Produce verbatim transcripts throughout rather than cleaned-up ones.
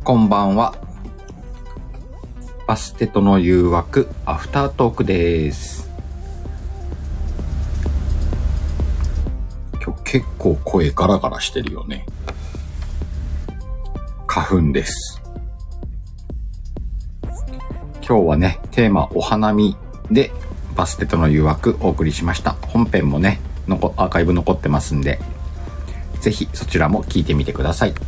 こんばんは。バステとの誘惑アフタートークです。今日結構声ガラガラしてるよね。花粉です。今日はね、テーマお花見でバステとの誘惑お送りしました。本編もね、のこアーカイブ残ってますんで、ぜひそちらも聞いてみてください。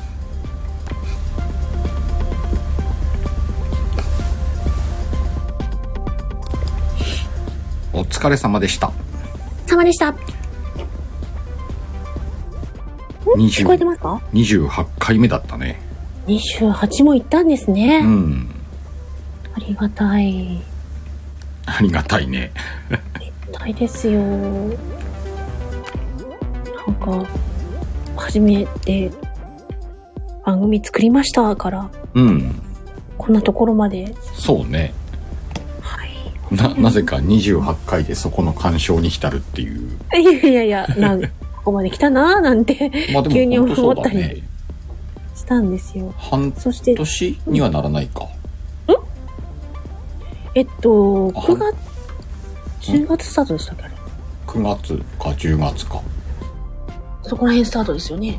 お疲れ様でした。 様でした。聞こえてますか？ にじゅうはちかいめだったね。 にじゅうはちも行ったんですね。 うん。 ありがたい。 ありがたいね。 ありがたいですよ。なんか初めて番組作りましたから。 うん。 こんなところまで。 そうね。 はい。 な、なぜかにじゅうはちかいでそこの鑑賞に浸るっていう。 いやいやいや、なんここまで来たなーなんて、まあ、急に思ったりしたんですよ。 半年にはならないか。ん？ えっと、くがつ、じゅうがつスタートでしたっけあれ。 くがつかじゅうがつか。 そこら辺スタートですよね。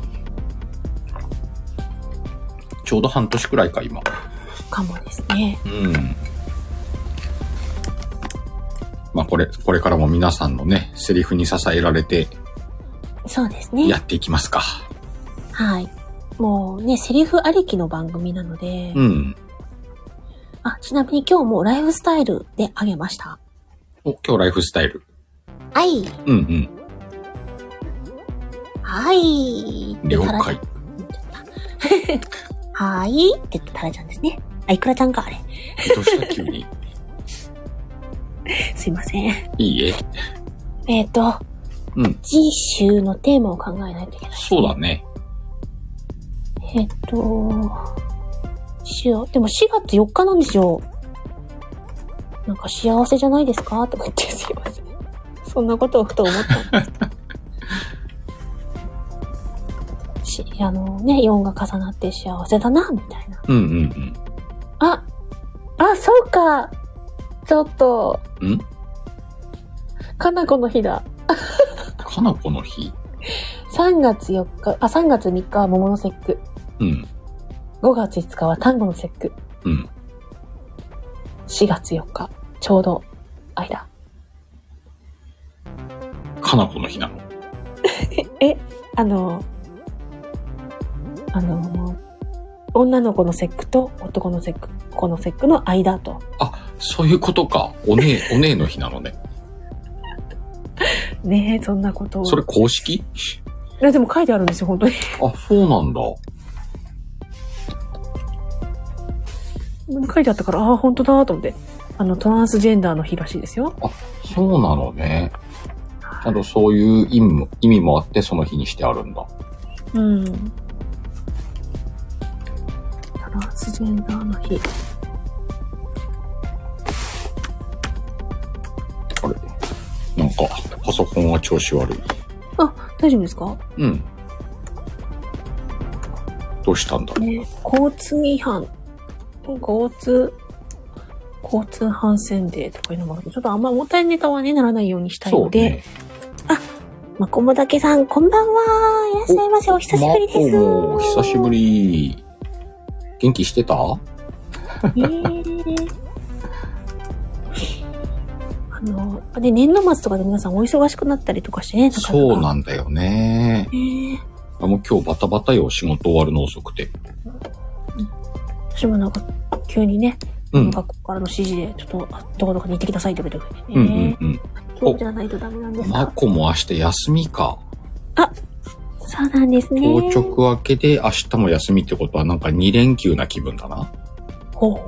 ちょうど半年くらいか、今。 かもですね。 うん。まあこれ、これからも皆さんのね、セリフに支えられて、 そうですね。 やっていきますか。 はい。もうね、セリフありきの番組なので。 うん。 あ、ちなみに今日もライフスタイルであげました。 お、今日ライフスタイル。 はい。 うんうん。 はい。 了解。 はいって言ってタラちゃんですね。あ、イクラちゃんか、あれ。 どうした急に。 すいません。 いいえ。 えっと、 うん。 次週のテーマを考えないといけない、ね。 そうだね。 えっと、しよでもしがつよっかなんですよ。なんか幸せじゃないですかとか言ってすいません。そんなことをふと思ったんです。し、あのね、よんが重なって幸せだな、みたいな。 うんうんうん。 あ、あ、そうか。ちょっと。 ん？ かなこの日だ。 かなこの日？ さんがつよっか、あ、さんがつみっかは桃の節句。 うん。 ごがついつかは端午の節句。 うん。 しがつよっか、ちょうど間。 かなこの日なの？ え、あの、あの、女の子の節句と男の節句、子の節句の間と。 あ、そういうことか。おねえ、おねえの日なのね。 ねえ、そんなことを。 それ公式？いや、でも書いてあるんですよ、本当に。 あ、そうなんだ。 書いてあったから、ああ、本当だと思って。あの、トランスジェンダーの日らしいですよ。 あ、そうなのね。ちゃんとそういう意味も、意味もあってその日にしてあるんだ。 うん。トランスジェンダーの日。 あれ？なんか、パソコンが調子悪い。 あ、大丈夫ですか？ うん。どうしたんだろう。 ね、交通違反。交通、交通反戦デーとかいうのもあるけど、ちょっとあんま重たいネタはね、ならないようにしたいので。ね、あ、まこもだけさん、こんばんは。いらっしゃいませ。お久しぶりです。 まこも、久しぶり。元気してた？ えー、あの、で、年度末とかで皆さんお忙しくなったりとかしてね。 そうなんだよね。 えー、 あ、もう今日バタバタよ、仕事終わるの遅くて。 私もなんか、急にね、 うん、 学校からの指示で、ちょっと、どこどこに行ってきなさいって言われて、 うんうんうん。 今日じゃないとダメなんですか？ まこも明日休みか。 あ、そうなんですね。 当直明けで明日も休みってことはなんかに連休な気分だな。 ほう。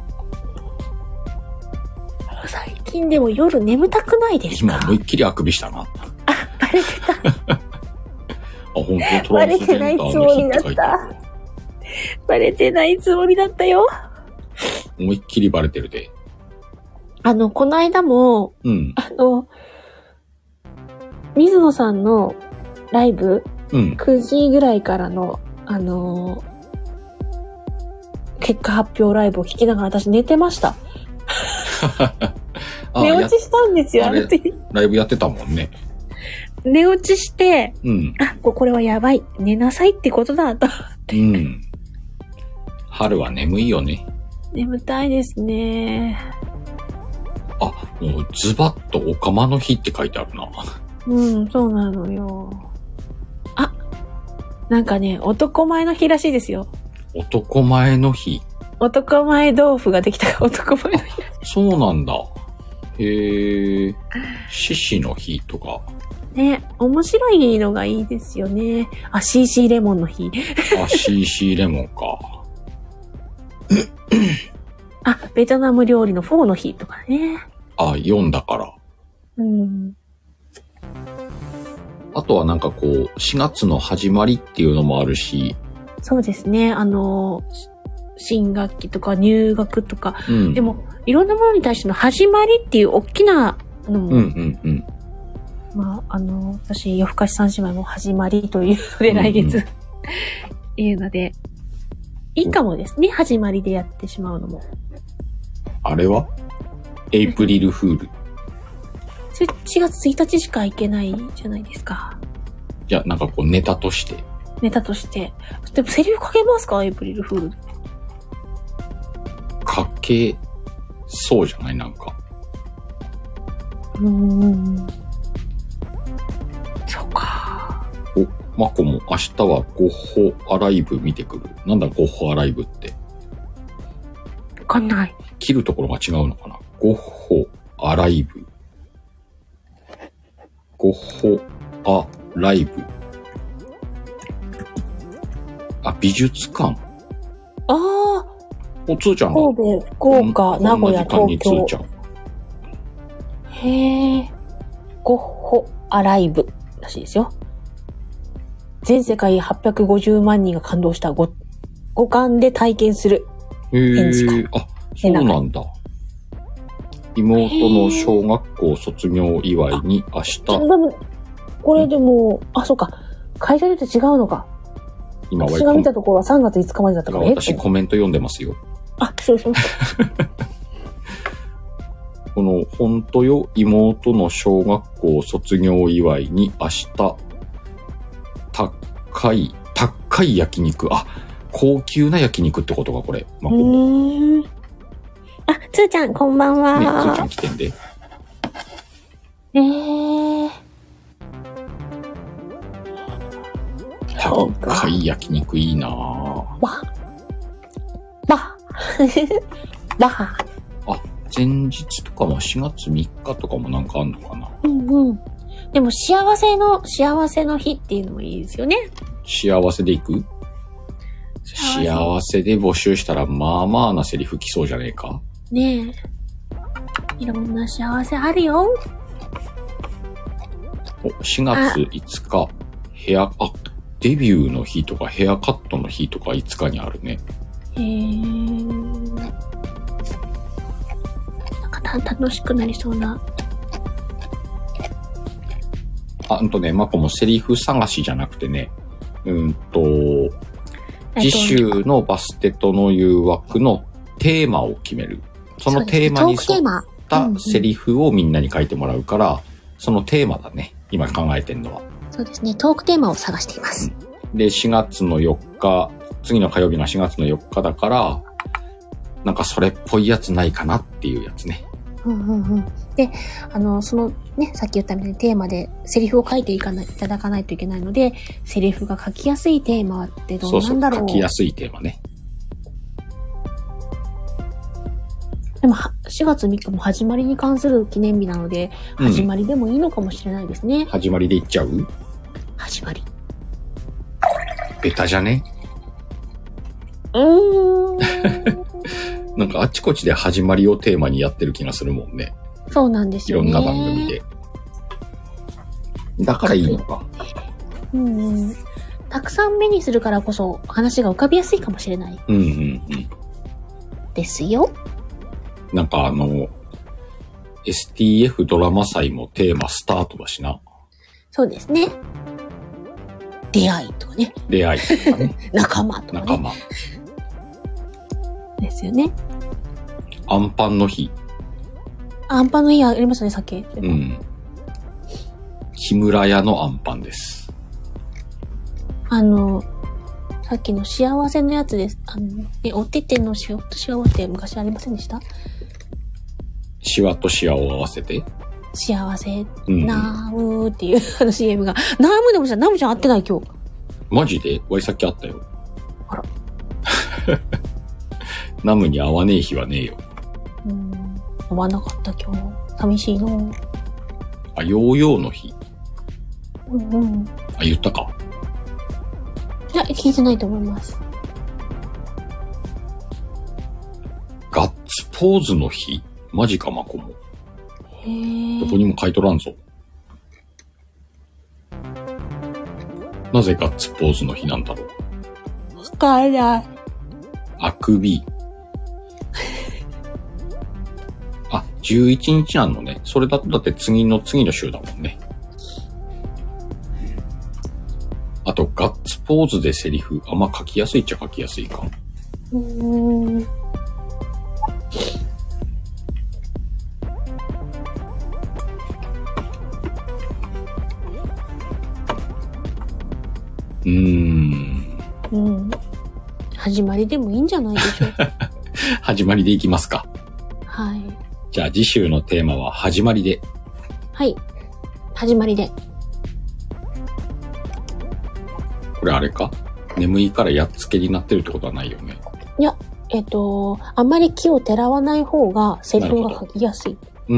最近でも夜眠たくないですか？ 今思いっきりあくびしたな。 あ、バレてた。あ、 本当トランスジェンダーの日って書いてある。 バレてないつもりだったよ。 思いっきりバレてるで。 あの、この間も、 うん、 あの、水野さんのライブ、うん、くじぐらいからの、あの結果発表ライブを聞きながら私寝てました。寝落ちしたんですよ、あの時。 ライブやってたもんね。 寝落ちして、 うん、 あ、これはやばい。寝なさいってことだ、と思って。 うん。春は眠いよね。 眠たいですね。 あ、もうズバッとおかまの日って書いてあるな。 うん、そうなのよ。あ、なんかね、男前の日らしいですよ。 男前の日。 男前豆腐ができたから男前の日。 そうなんだ。へえ。獅子の日とか。 ね、面白いのがいいですよね。あ、シーシー レモンの日。 あ、シーシー レモンか。 あ、ベトナム料理のフォーの日とかね。 あ、よんだから。 うん。 あとはなんかこう、しがつの始まりっていうのもあるし。 そうですね。あの、新学期とか入学とか。 うん、 でも、いろんなものに対しての始まりっていう大きなのも。 うんうんうん。 まあ、あの、私、夜更かし三姉妹も始まりというので、来月、うんうん、いうので、いいかもですね。始まりでやってしまうのも。 あれはエイプリルフール。 それしがつついたちしか行けないじゃないですか。 いや、なんかこうネタとして。 ネタとして。でもセリフ書けますか？エイプリルフールって。 書けそうじゃない？なんか。 うーん。そうか。 お、マコも明日はゴッホアライブ見てくる。なんだゴッホアライブって。 わかんない。 切るところが違うのかな。ゴッホアライブ。ゴッホアライブ。あ、美術館。 ああ。 お、つーちゃんが。 神戸、福岡、名古屋、東京。つーちゃん。へえ。ゴッホアライブらしいですよ。全世界はっぴゃくごじゅうまんにんが感動した五五感で体験する展示会。 へえ。あ、そうなんだ。妹の小学校卒業祝いに明日。でもこれでも、あ、そうか。会場によって違うのか。今私が見たところはさんがついつかまでだったから。 私コメント読んでますよ。 あ、失礼しました。 この、ほんとよ、妹の小学校卒業祝いに明日、高い、高い焼肉。あ、高級な焼肉ってことか、これ。まあ、うーん。あ、つーちゃん、こんばんは。 ね、つーちゃん来てんで。 えー。 高い焼肉いいなぁ。 わ。わ。わ。 あ、前日とかもしがつみっかとかもなんかあんのかな。 うんうん。でも幸せの、幸せの日っていうのもいいですよね。 幸せでいく？幸せで募集したらまあまあなセリフ来そうじゃねえか？ ねえ。いろんな幸せあるよ。 お、しがついつか、ヘア、あ、デビューの日とかヘアカットの日とかいつかにあるね。 へー。なんかた楽しくなりそうな。 あ、うんとね、まこもセリフ探しじゃなくてね、うんと、次週のバステとの誘惑のテーマを決める。そのテーマに沿ったセリフをみんなに書いてもらうから、そのテーマだね。今考えてんのは。 そうですね。トークテーマを探しています。 うん、で、しがつのよっか、次の火曜日がしがつのよっかだから、なんかそれっぽいやつないかなっていうやつね。 うんうんうん。で、あの、そのね、さっき言ったみたいにテーマでセリフを書いていかない、いただかないといけないので、セリフが書きやすいテーマってどうなんだろう。 そうそう、書きやすいテーマね。 でも、しがつみっかも始まりに関する記念日なので、うん、始まりでもいいのかもしれないですね。 始まりでいっちゃう？ 始まり。 ベタじゃね？ うーん。 なんかあっちこっちで始まりをテーマにやってる気がするもんね。 そうなんですよね。 いろんな番組で。だからいいのか。 うんうん。たくさん目にするからこそ話が浮かびやすいかもしれない。 うんうんうん。 ですよ。 なんかあの、エスティーエフ ドラマ祭もテーマスタートだしな。 そうですね。出会いとかね。 出会いとかね。 仲間とかね。 仲間。 ですよね。 アンパンの日。 アンパンの日ありましたね、さっき。 うん。木村屋のアンパンです。 あの、さっきの幸せのやつです。あの、え、おててのしわとしわって昔ありませんでした？ しわとしわを合わせて幸せ、 うん、 ナームーっていうあの シーエム が。ナームでもした、ナムちゃん会ってない今日。 マジで？わいさっき会ったよ。 あら。 ナムに会わねえ日はねえよ。 うん。会わなかった今日。寂しいの。 あ、ヨーヨーの日。 うんうん。 あ、言ったか。 いや、聞いてないと思います。 ガッツポーズの日？マジか、マコも。 へー。 どこにも書いとらんぞ。なぜガッツポーズの日なんだろう。 わかんない。 あくび。あ、じゅういちにちなのね。それだとだって次の次の週だもんね。あと、ガッツポーズでセリフ。あんま書きやすいっちゃ書きやすいか。 うーん。 うーん。 うん。始まりでもいいんじゃないでしょうか。 始まりでいきますか。 はい。 じゃあ次週のテーマは始まりで。 はい。始まりで。 これあれか？眠いからやっつけになってるってことはないよね。 いや、えっと、あまり気をてらわない方がセリフが書きやすい。 うん。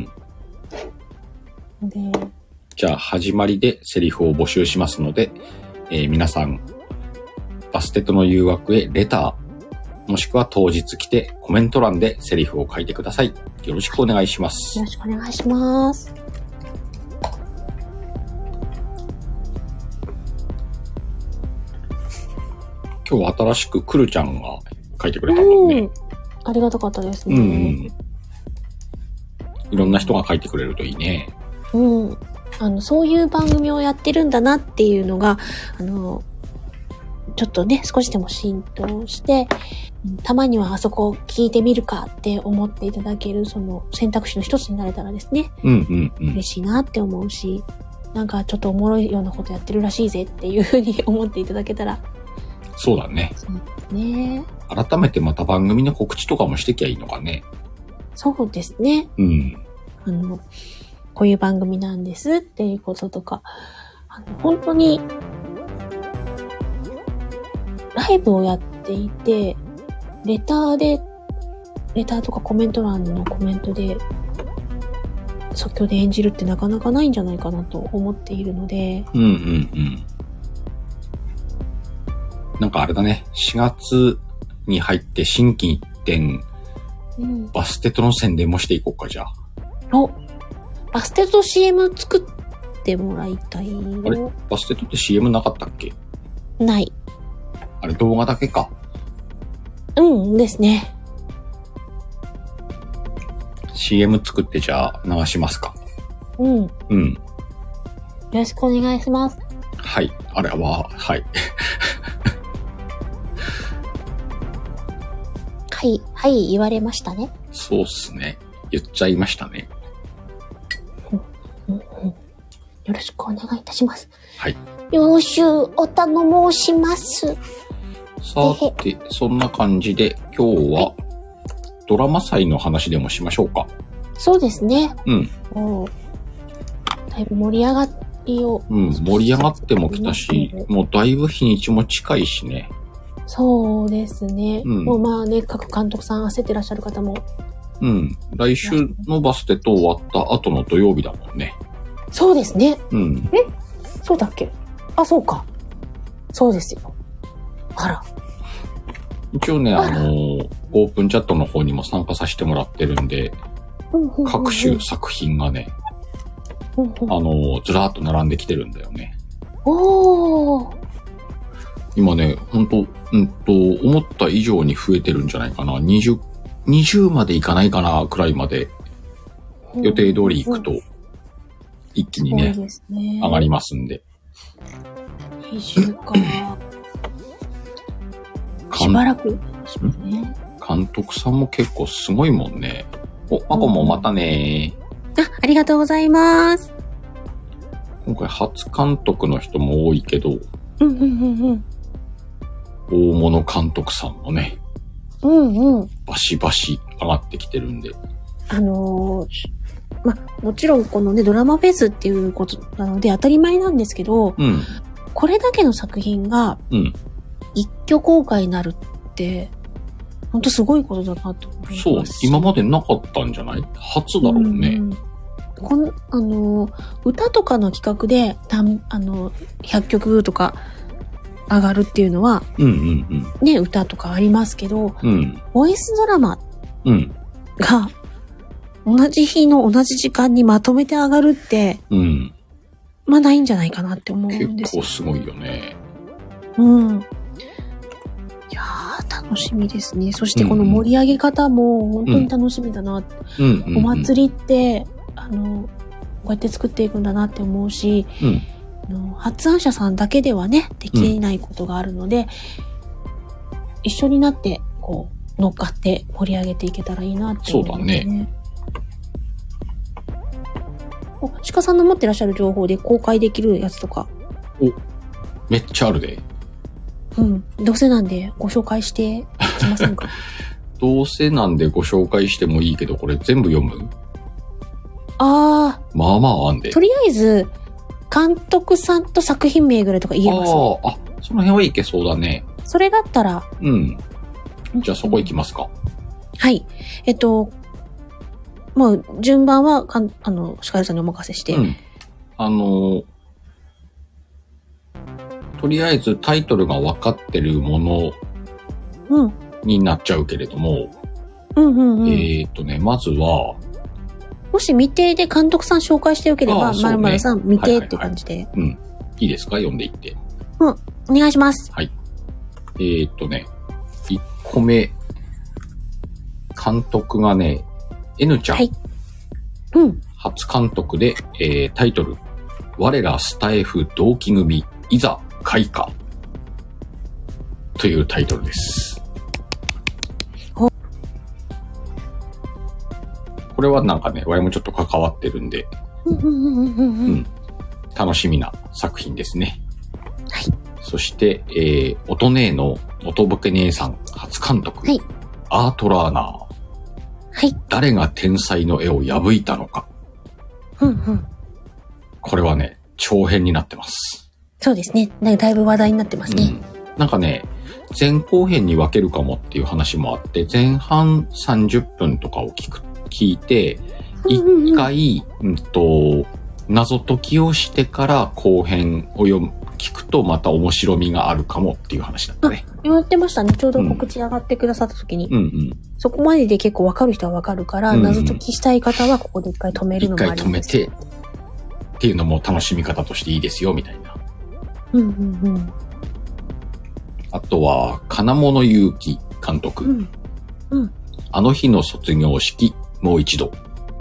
で、 じゃあ始まりでセリフを募集しますので、えー、皆さん、バステトの誘惑へレター、もしくは当日来てコメント欄でセリフを書いてください。よろしくお願いします。 よろしくお願いします。 今日新しくくるちゃんが書いてくれたもんね。うん、 ありがたかったですね。 うん、うん。いろんな人が書いてくれるといいね。 うん。あの、そういう番組をやってるんだなっていうのが、あの、ちょっとね、少しでも浸透して、たまにはあそこ聞いてみるかって思っていただける、その選択肢の一つになれたらですね。 うんうんうん。 嬉しいなって思うし、なんかちょっとおもろいようなことやってるらしいぜっていうふうに思っていただけたら。 そうだね。 そうですね。 改めてまた番組の告知とかもしてきゃいいのかね。 そうですね。 うん。 あの、こういう番組なんですっていうこととか、あの本当に、ライブをやっていて、レターで、レターとかコメント欄のコメントで、即興で演じるってなかなかないんじゃないかなと思っているので。 うんうんうん。なんかあれだね、しがつに入って心機一転、うん、バステトの宣伝もしていこうか、じゃあ。 お、バステト シーエム 作ってもらいたいよ。 あれバステトって シーエム なかったっけ？ ない。 あれ動画だけか。 うんですね。 シーエム 作ってじゃあ流しますか。 うん。 うん。 よろしくお願いします。 はい。あれは、はい。 はい、はい、言われましたね。 そうっすね。言っちゃいましたね。 うんうんうん、よろしくお願いいたします。 はい。 よろしゅうお頼申します。 さて、そんな感じで今日はドラマ祭の話でもしましょうか。 そうですね。 うん。 もうだいぶ盛り上がりを。 うん、盛り上がっても来たし、もうだいぶ日にちも近いしね。 そうですね。うん、もうまあね、各監督さん焦ってらっしゃる方も。 うん。来週のバステと終わった後の土曜日だもんね。 そうですね。 うん。 え？そうだっけ？あ、そうか。そうですよ。あら。 一応ね、あのー、オープンチャットの方にも参加させてもらってるんで、各種作品がね、あのー、ずらーっと並んできてるんだよね。 おー。 今ね、ほんと、うんと、思った以上に増えてるんじゃないかな。にじゅう、にじゅうまでいかないかな、くらいまで、予定通り行くと、一気にね、ね上がりますんで。 にじゅうか。しばらく、ね。 監督さんも結構すごいもんね。お、まこもまたねー。あ、ありがとうございます。 今回初監督の人も多いけど、 うんうんうんうん。 大物監督さんもね、 うんうん。 バシバシ上がってきてるんで。 あのー、ま、もちろんこのね、ドラマフェスっていうことなので当たり前なんですけど、 うん。 これだけの作品が、一挙公開になるって、ほんとすごいことだなと思います。 そう、今までなかったんじゃない？初だろうね。うんうん、 この、あの、歌とかの企画で、たんあの、ひゃっきょくとか上がるっていうのは、 うんうんうん、 ね、歌とかありますけど、 うん、 ボイスドラマが、 うん、 同じ日の同じ時間にまとめて上がるって、 うん、 まあないんじゃないかなって思うんですよ。 結構すごいよね。 うん。いやー、楽しみですね。そしてこの盛り上げ方も本当に楽しみだな。 うんうんうん、 お祭りって、あの、こうやって作っていくんだなって思うし、 うん、 あの発案者さんだけではね、できないことがあるので、うん、一緒になって、こう、乗っかって盛り上げていけたらいいなって思いますね。そうだね。お、鹿さんの持ってらっしゃる情報で公開できるやつとか。 お、めっちゃあるで。 うん。どうせなんでご紹介していきませんか？ どうせなんでご紹介してもいいけど、これ全部読む？ ああ。 まあまああんで。 とりあえず、監督さんと作品名ぐらいとか言えます？ ああ、あ、その辺はいけそうだね。 それだったら。 うん。じゃあそこ行きますか。 はい。えっと、まあ、順番は、かんあの、シカルさんにお任せして。 うん。あの、とりあえずタイトルが分かってるものになっちゃうけれども、 うんうんうん、 えっとね、まずは、 もし未定で監督さん紹介してよければ、まるまるさん未定って感じで、はいはいはい。 うん。いいですか？読んでいって。 うん。お願いします。 はい。えっとね、いっこめ、監督がね、N ちゃん。はい。 うん。 初監督で、えー、タイトル、我らスタエフ同期組、いざ開花。というタイトルです。これはなんかね、我もちょっと関わってるんで、 うん、 楽しみな作品ですね。 はい。 そして、えー、音姉の音ボケ姉さん初監督、 はい、 アートラーナー。 はい。 誰が天才の絵を破いたのか。 うんうん。 これはね、長編になってます。 そうですね。だいぶ話題になってますね。 うん、なんかね、前後編に分けるかもっていう話もあって、前半さんじゅっぷんとかを聞く、聞いて、一回、うんと、謎解きをしてから後編を読む、聞くとまた面白みがあるかもっていう話だったね。 言ってましたね。ちょうど告知上がってくださった時に。 うんうん、 そこまでで結構分かる人は分かるから、うんうん、謎解きしたい方はここで一回止めるのもあります。 一回止めて、っていうのも楽しみ方としていいですよ、みたいな。 うんうんうん。 あとは、金物祐希監督。 うんうん、 あの日の卒業式、もう一度。はい。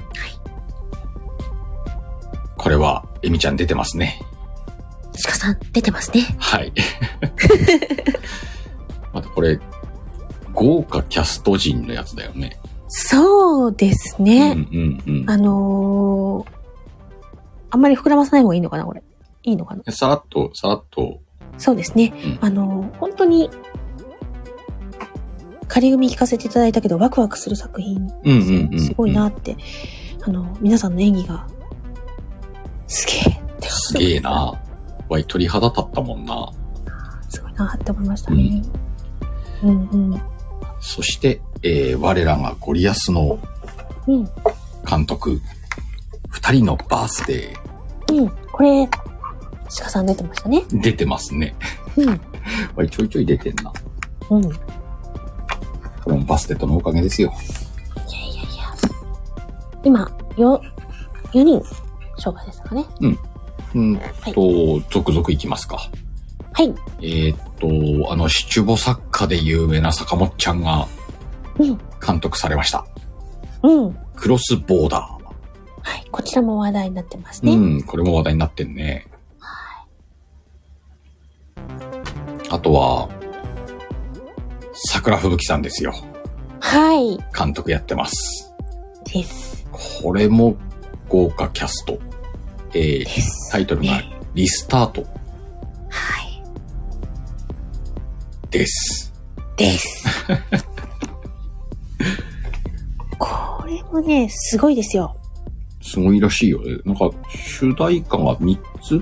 これは、エミちゃん出てますね。 鹿さん、出てますね。 はい。またこれ、豪華キャスト陣のやつだよね。 そうですね。 うんうんうん、 あのー、あんまり膨らまさない方がいいのかな、これ。いいのかな。 さらっと、さらっと。 そうですね。うん、あのー、本当に、仮組聞かせていただいたけど、ワクワクする作品。 うんうんうんうん、 すごいなって。あの、皆さんの演技が、すげえって。 すげえな。わい、鳥肌立ったもんな。 すごいなって思いましたね。うん、うんうん。 そして、えー、我らがゴリアスの監督、うん、二人のバースデー。うん、これ、鹿さん出てましたね。 出てますね。 うん。 わい、ちょいちょい出てんな。 うん。 これもバステットのおかげですよ。 いやいやいや。今、よ、よにん紹介ですかね。 うん。うんと、はい、続々いきますか。 はい。 えー、っと、あの、七五作家で有名な坂本ちゃんが、監督されました。 うん。 クロスボーダー。 はい。こちらも話題になってますね。 うん。これも話題になってんね。 はい。 あとは、桜吹雪さんですよ。 はい。 監督やってます。 です。 これも豪華キャスト。えー、タイトルがリスタート。 はい。 です。 です。これもね、すごいですよ。 すごいらしいよね。なんか、主題歌がみっつ？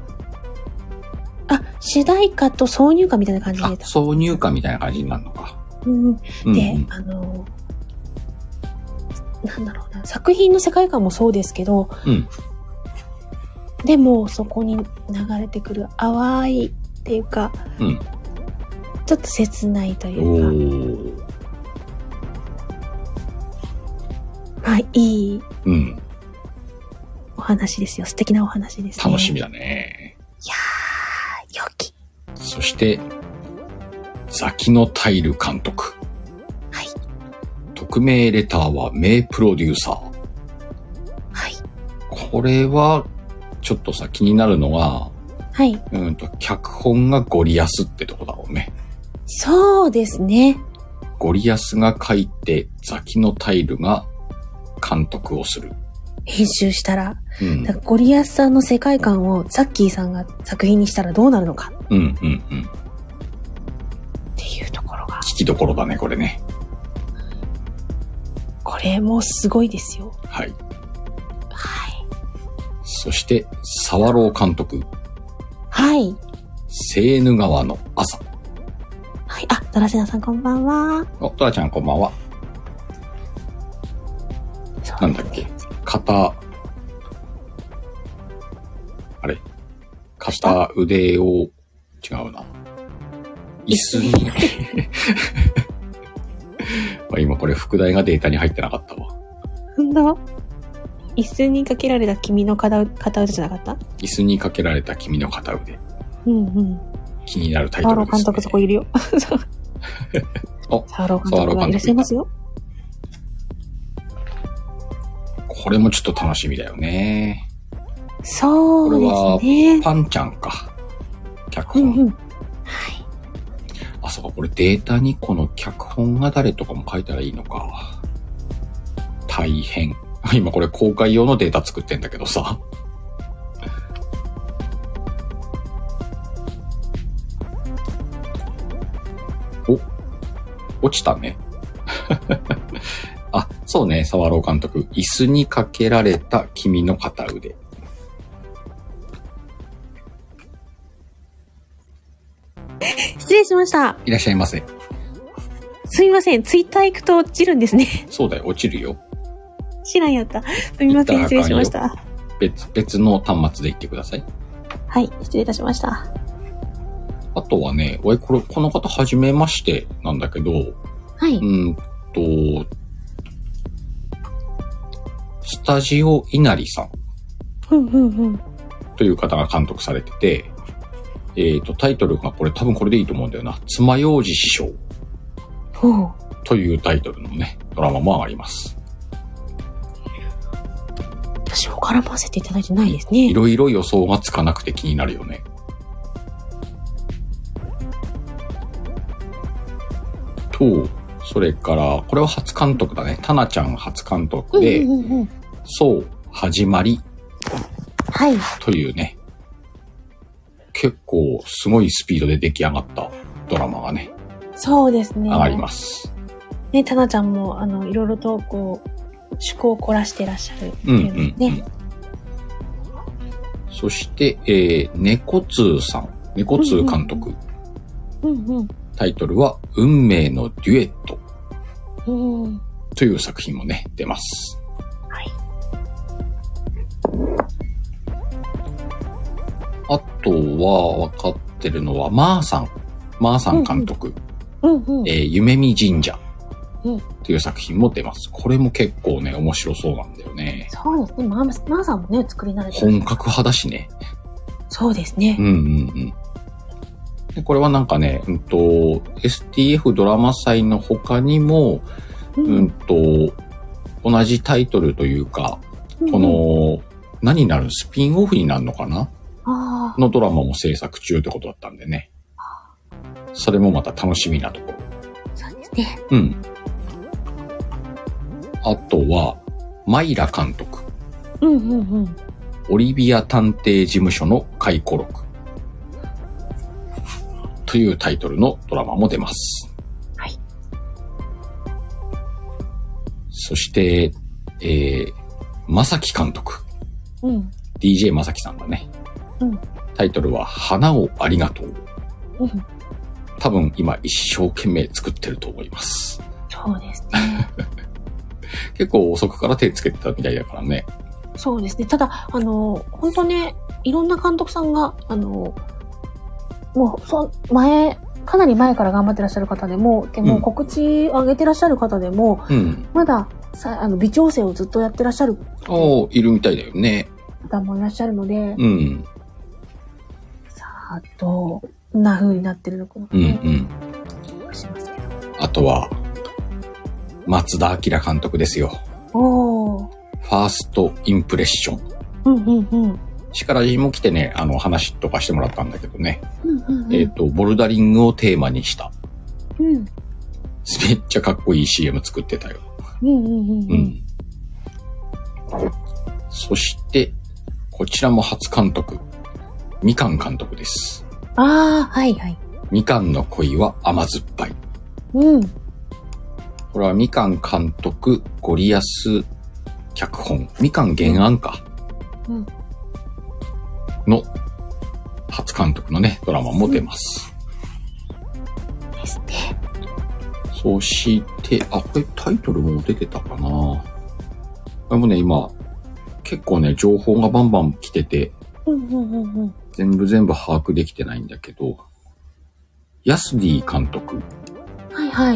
あ、主題歌と挿入歌みたいな感じで。 挿入歌みたいな感じになるのか。 うん。で、うんうん、あの、なんだろうな、作品の世界観もそうですけど、 うん、 でもそこに流れてくる淡いっていうか、 うん、 ちょっと切ないというか、まあいいお話ですよ。素敵なお話ですね。 楽しみだね。 いやー、良き。 そしてザキノタイル監督。 はい。 匿名レターは名プロデューサー。 はい。 これはちょっとさ気になるのが、 はい。 うんと脚本がゴリアスってとこだろうね。 そうですね。 ゴリアスが書いてザキノタイルが監督をする。 編集したら、 うん、 だからゴリアスさんの世界観をザッキーさんが作品にしたらどうなるのか。 うんうんうん。 っていうところが。 聞きどころだねこれね。 これもすごいですよ。 はい。 はい。 そして沢朗監督。 はい。 セーヌ川の朝。 はい。あ、ドラセナさんこんばんは。 お、ドラちゃんこんばんは。なんだっけ、肩、あれ片腕を、違うな。椅子に、今これ副題がデータに入ってなかったわ。 なんだ？椅子にかけられた君の片腕じゃなかった？ 椅子にかけられた君の片腕。 うんうん。 気になるタイトルですね。 沢朗監督そこいるよ。 お、 沢朗監督がいらっしゃいますよ。 これもちょっと楽しみだよね。 そうですね。 これはパンちゃんか。脚本。うんうん、はい。あ、そうか、これデータにこの脚本が誰とかも書いたらいいのか。大変。今これ公開用のデータ作ってんだけどさ。お、落ちたね。あ、そうね、沢朗監督。椅子にかけられた君の片腕。 失礼しました。 いらっしゃいませ。 すみません、ツイッター行くと落ちるんですね。 そうだよ、落ちるよ。 知らんやった。すみません、失礼しました。 別、別の端末で行ってください。 はい、失礼いたしました。 あとはね、おい、これ、この方、はじめましてなんだけど、 はい。 うんと、スタジオ稲荷さん。 うんうんうん。 という方が監督されてて、えっと、タイトルが、これ多分これでいいと思うんだよな。爪楊枝師匠。 ほう。 というタイトルのね、ドラマも上がります。 私も絡ませていただいてないですね。 いろいろ予想がつかなくて気になるよね。と、それから、これは初監督だね。タナちゃん初監督で、 うんうんうん、 そう、始まり。 はい。 というね、結構すごいスピードで出来上がったドラマがね。 そうですね。 上がります。 ね、タナちゃんも、あの、いろいろと、こう、趣向を凝らしてらっしゃる、ね。 うんうん、うん。そして、えー、猫通さん。猫通監督。 うんうん。うんうん、 タイトルは、運命のデュエット。 うん。 という作品もね、出ます。 はい。 あとは、分かってるのは、マーさん。マーさん監督。 うんうんうん、 えー、夢見神社。 うん。 という作品も出ます。これも結構ね、面白そうなんだよね。 そうですね。マー、マーさんもね、作り慣れてる。 本格派だしね。 そうですね。 うんうんうん。でこれはなんかね、うんと、エスティーエフ ドラマ祭の他にも、うん、うんと、同じタイトルというか、うん、この、何になるスピンオフになるのかなあのドラマも制作中ってことだったんでね。それもまた楽しみなところ。 そうですね。 うん。 あとは、マイラ監督。 うんうんうん。 オリビア探偵事務所の回顧録。というタイトルのドラマも出ます。 はい。 そして、えー、まさき監督。 うん。 ディージェー まさきさんだね。 うん。 タイトルは、花をありがとう。 うん。 多分今一生懸命作ってると思います。 そうですね。 結構遅くから手つけてたみたいだからね。 そうですね。ただ、あの、本当ね、いろんな監督さんが、あの、もう、そ、前、かなり前から頑張ってらっしゃる方でも、でも告知上げてらっしゃる方でも、うん、まだ、さ、あの、微調整をずっとやってらっしゃる。 おー、いるみたいだよね。 方もいらっしゃるので、 うん。 さあ、どんな風になってるのかな、 ね。うんうん。 しますけど。 あとは、松田明監督ですよ。 おー。 ファーストインプレッション。 うんうんうん。 力じも来てね、あの話とかしてもらったんだけどね。 うんうんうん、 えっ、ー、と、ボルダリングをテーマにした。 うん。めっちゃかっこいい シーエム 作ってたよ。 うんうんうんうん。うん、 そして、こちらも初監督。みかん監督です。 ああ、はいはい。 みかんの恋は甘酸っぱい。 うん。 これはみかん監督、ゴリアス脚本。みかん原案か。 うん。 の初監督のね、ドラマも出ます。 うん、ですね。 そして、あ、これタイトルも出てたかな。これもね、今、結構ね、情報がバンバン来てて、 うんうんうんうん、 全部全部把握できてないんだけど、ヤスディ監督。 はいはい。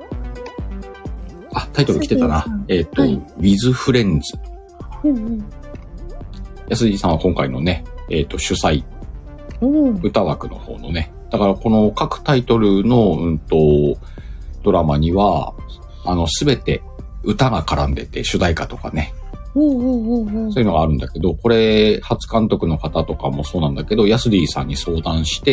あ、タイトル来てたな。えっと、はい、With Friends。 うんうん。 ヤスディさんは今回のね、えっと、主催、 うん、 歌枠の方のね。だからこの各タイトルの、うんと、ドラマには、あの、すべて歌が絡んでて、主題歌とかね。 うんうんうんうん、 そういうのがあるんだけど、これ、初監督の方とかもそうなんだけど、ヤスディさんに相談して、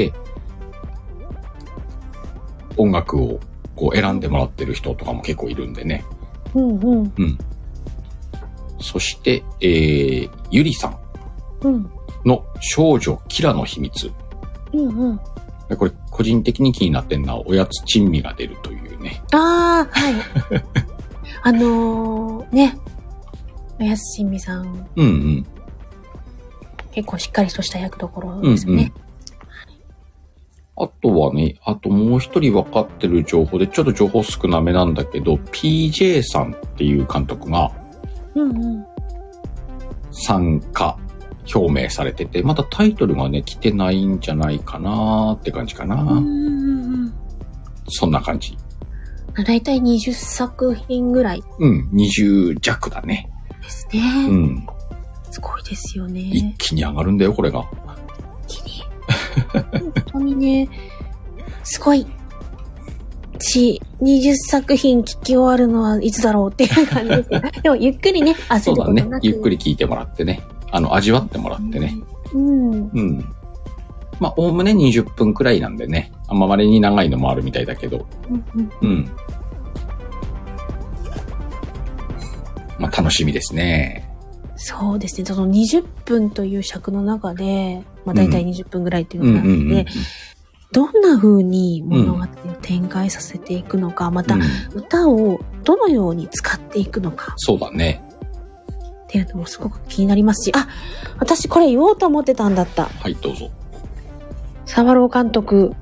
音楽をこう選んでもらってる人とかも結構いるんでね。 うんうん。 うん。そして、えー、ゆりさん。 うん。 の少女キラの秘密。 うんうん。 これ、個人的に気になってんのは、おやつ珍味が出るというね。 ああ、はい。あのー、ね。おやつ珍味さん。 うんうん。 結構しっかりとした役どころですよね。 うんうん、あとはね、あともう一人分かってる情報で、ちょっと情報少なめなんだけど、ピージェー さんっていう監督が、 うんうん。 参加表明されてて、まだタイトルがね、来てないんじゃないかなーって感じかな。うんうんうん。そんな感じ。 だいたいにじゅっさく品ぐらい。 うん、にじゅう弱だね。 ですね。 うん。 すごいですよね。 一気に上がるんだよ、これが。 一気に。本当にね、すごい。し、にじゅっさく品聞き終わるのはいつだろうっていう感じですよ。でも、ゆっくりね、焦ることなく。そうだね。 ゆっくり聞いてもらってね。あの、味わってもらってね。 うん。うん。 まあ、おおむねにじゅっぷんくらいなんでね。あんま稀に長いのもあるみたいだけど。 うんうん。 うん。まあ、楽しみですね。 そうですね。そのにじゅっぷんという尺の中で、まあ、だいたいにじゅっぷんぐらいっていうのがあるので、どんな風に物語を展開させていくのか、うん、また歌をどのように使っていくのか。 そうだね。 っていうのもすごく気になりますし、あ、私これ言おうと思ってたんだった。 はい、どうぞ。 沢朗監督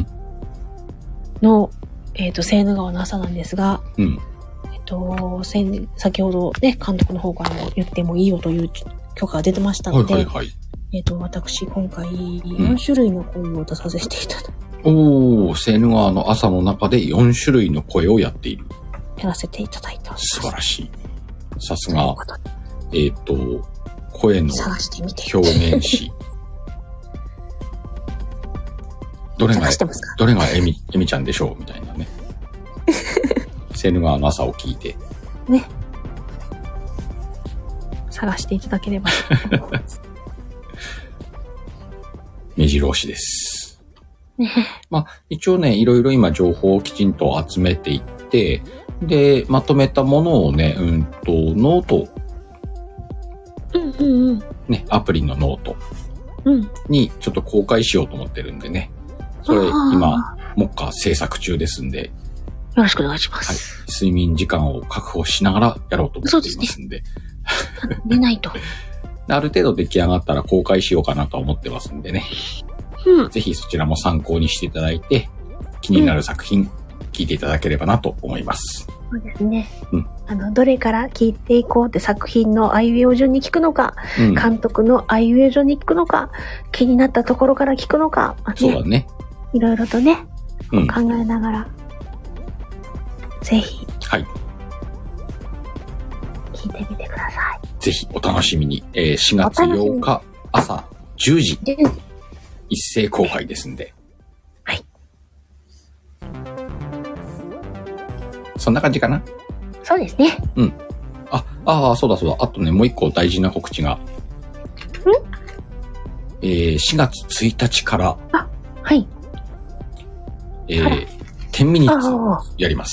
の、えっと、セーヌ川の朝なんですが、 うん、 えっと、先ほどね、監督の方からも言ってもいいよという許可が出てましたので、 はいはいはい、 えっと、私、今回、よん種類の声を出させていただいて、 うん。おー、セーヌ川の朝の中でよん種類の声をやっている。 やらせていただいた。 素晴らしい。さすが、えっと、声の表現詞。どれが、どれがエミ、エミちゃんでしょうみたいなね。セーヌ川の朝を聞いて。 ね。探していただければ。 目白押しです。 ね。 まあ、一応ね、いろいろ今情報をきちんと集めていって、 で、まとめたものをね、うんと、ノート。 うんうんうん。 ね、アプリのノート。 うん。 にちょっと公開しようと思ってるんでね。それ、今、目下制作中ですんで。 よろしくお願いします。 はい。睡眠時間を確保しながらやろうと思っていますんで。 そうですね。寝ないと。 ある程度出来上がったら公開しようかなと思ってますんでね。うん。ぜひそちらも参考にしていただいて、気になる作品、聞いていただければなと思います。 そうですね。うん。あの、どれから聞いていこうって作品のあいうえお順に聞くのか、うん、監督のあいうえお順に聞くのか、気になったところから聞くのか、 ね、そうだね。 いろいろとね、うん、考えながら、ぜひ。 はい。 聞いてみてください。 ぜひお楽しみに。えー、しがつようか朝じゅうじ、一斉公開ですんで。 はい。 そんな感じかな？ そうですね。 うん。あ、ああ、そうだそうだ。あとね、もう一個大事な告知が。ん？えー、しがつついたちから。 あ、はい。 えー、じゅうミニッツやります。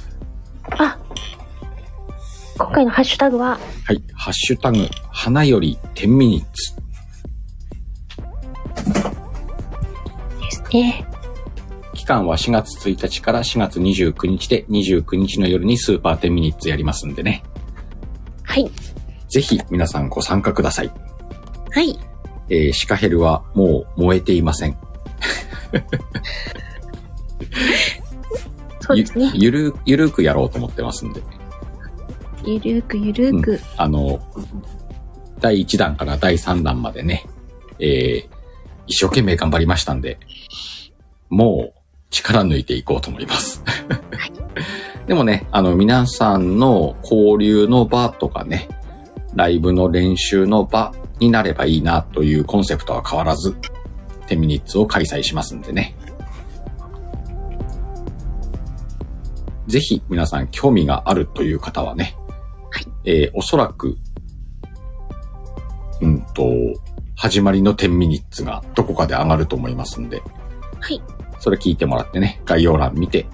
あ、今回のハッシュタグは？ はい。ハッシュタグ、花よりじゅうミニッツ。 ですね。 期間はしがつついたちからしがつにじゅうくにちで、にじゅうくにちの夜にスーパーじゅうミニッツやりますんでね。 はい。 ぜひ皆さんご参加ください。 はい。 えー、シカヘルはもう燃えていません。 そうですね。 ゆ、ゆる、ゆるくやろうと思ってますんで。 ゆるくゆるく。うん、 あの、だいいちだんからだいさんだんまでね、えー、一生懸命頑張りましたんで、もう力抜いていこうと思います。はい、でもね、あの皆さんの交流の場とかね、ライブの練習の場になればいいなというコンセプトは変わらず、じゅうミニッツを開催しますんでね。ぜひ皆さん興味があるという方はね、はい、えー、おそらく、うんと、始まりのじゅうミニッツがどこかで上がると思いますんで、 はい。 それ聞いてもらってね、概要欄見て、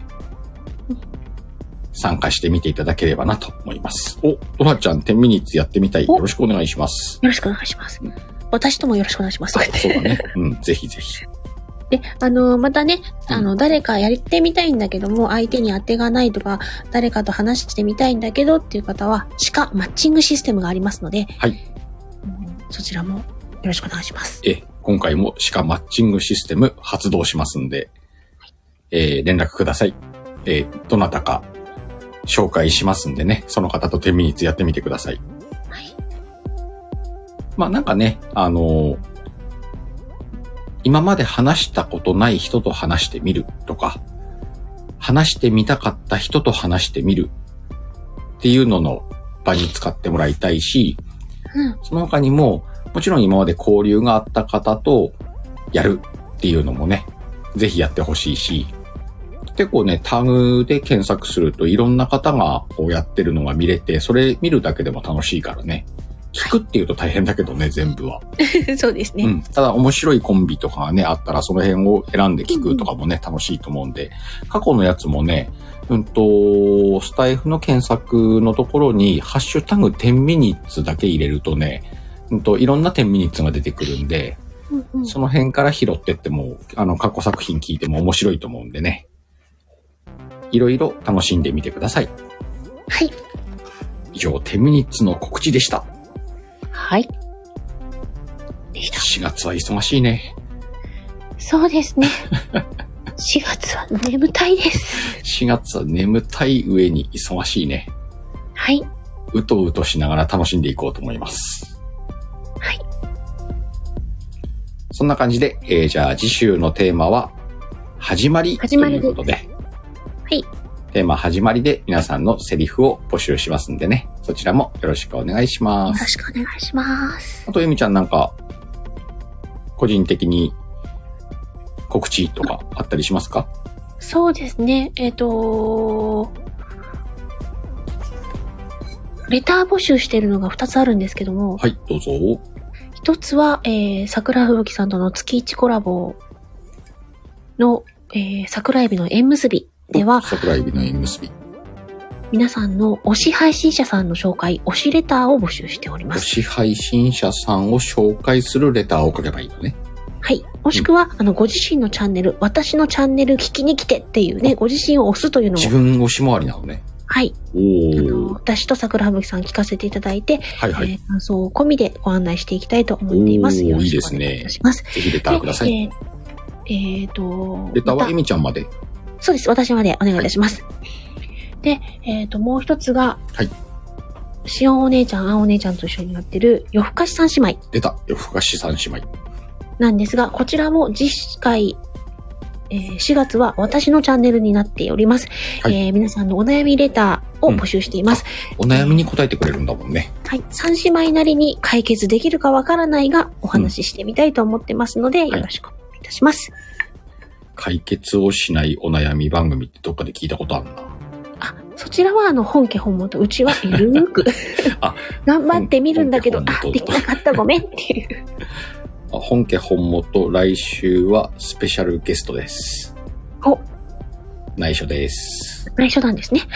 参加してみていただければなと思います。お、ドラちゃんじゅうミニッツやってみたい。よろしくお願いします。 よろしくお願いします。うん、私ともよろしくお願いします。 そうだね。うん、ぜひぜひ。 で、あの、またね、あの、誰かやってみたいんだけども、相手に当てがないとか、誰かと話してみたいんだけどっていう方は、鹿マッチングシステムがありますので、 はい。 うん、そちらもよろしくお願いします。 え、今回も鹿マッチングシステム発動しますんで、はい、えー、連絡ください。えー、どなたか紹介しますんでね、その方とじゅうミニッツやってみてください。 はい。 まあなんかね、あのー、今まで話したことない人と話してみるとか、話してみたかった人と話してみるっていうのの場に使ってもらいたいし、うん、その他にも、もちろん今まで交流があった方とやるっていうのもね、ぜひやってほしいし、結構ね、タグで検索するといろんな方がこうやってるのが見れて、それ見るだけでも楽しいからね。聞くっていうと大変だけどね、はい、全部は。 そうですね。 うん。ただ面白いコンビとかがね、あったらその辺を選んで聞くとかもね、うん、楽しいと思うんで、過去のやつもね、うんと、スタイフの検索のところに、ハッシュタグじゅうミニッツだけ入れるとね、うんと、いろんなじゅうミニッツが出てくるんで、うんうん、その辺から拾ってっても、あの、過去作品聞いても面白いと思うんでね、いろいろ楽しんでみてください。 はい。 以上、じゅうミニッツの告知でした。 はい。 しがつは忙しいね。 そうですね。しがつは眠たいです。 しがつは眠たい上に忙しいね。 はい。 うとうとしながら楽しんでいこうと思います。 はい。 そんな感じで、えー、じゃあ次週のテーマは、始まりということで。 はい。 テーマ始まりで皆さんのセリフを募集しますんでね。そちらもよろしくお願いします。 よろしくお願いします。 あと、ゆみちゃんなんか、個人的に告知とかあったりしますか？ そうですね。えっと、レター募集しているのがふたつあるんですけども。 はい、どうぞ。 ひとつは、えー、桜吹雪さんとの月いちコラボの、えー、桜エビの縁結びでは、 桜エビの縁結び。 皆さんの推し配信者さんの紹介、推しレターを募集しておりま推す。 し配信者さんを紹介するレターを書けばいいのね。 はい。もしくは、うん、あの、ご自身のチャンネル、私のチャンネル聞きに来てっていうね、ご自身を押すというのも。 自分推し回りなのね。 はい。 おー。 あの、私と桜吹雪さん聞かせていただいて、 はいはい。 えー、感想込みでご案内していきたいと思っています。よろしくお願いいたします。 いいですね。ぜひレターください。 えーえーと、 レターはエミちゃんまで。 そうです。私までお願いいたします。はい、で、えっ、ー、と、もう一つが、 はい。 しおんお姉ちゃん、あんお姉ちゃんと一緒になってる、夜更かし三姉妹。 出た。夜更かし三姉妹。 なんですが、こちらも次回、えー、しがつは私のチャンネルになっております。はい、えー、皆さんのお悩みレターを募集しています。 うん、お悩みに答えてくれるんだもんね。 はい。三姉妹なりに解決できるかわからないが、お話ししてみたいと思ってますので、うん、よろしくお願いいたします。はい、 解決をしないお悩み番組ってどっかで聞いたことあるな。 あ、そちらはあの本家本元、うちはゆるーくあ頑張ってみるんだけど、あ、できなかったごめんっていう。 本家本元、来週はスペシャルゲストです。 お、 内緒です。 内緒なんですね。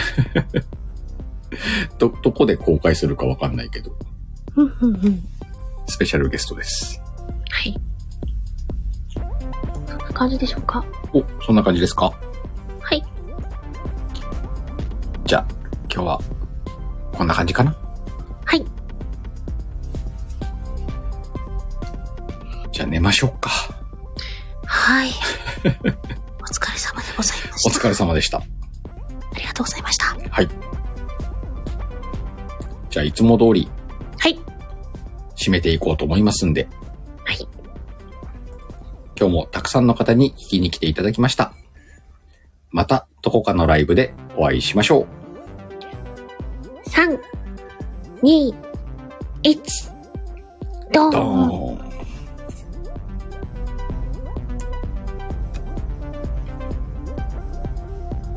ど、どこで公開するかわかんないけど。 うんうんうん。 スペシャルゲストです。 はい。そんな感じでしょうか？ お、そんな感じですか？ はい。 じゃあ、今日は、こんな感じかな？ はい。 じゃあ寝ましょうか。 はい。お疲れ様でございました。 お疲れ様でした。 ありがとうございました。 はい。じゃあいつも通り。 はい。 締めていこうと思いますんで。 はい。 今日もたくさんの方に聞きに来ていただきました。またどこかのライブでお会いしましょう。さん、に、いち、ドーン。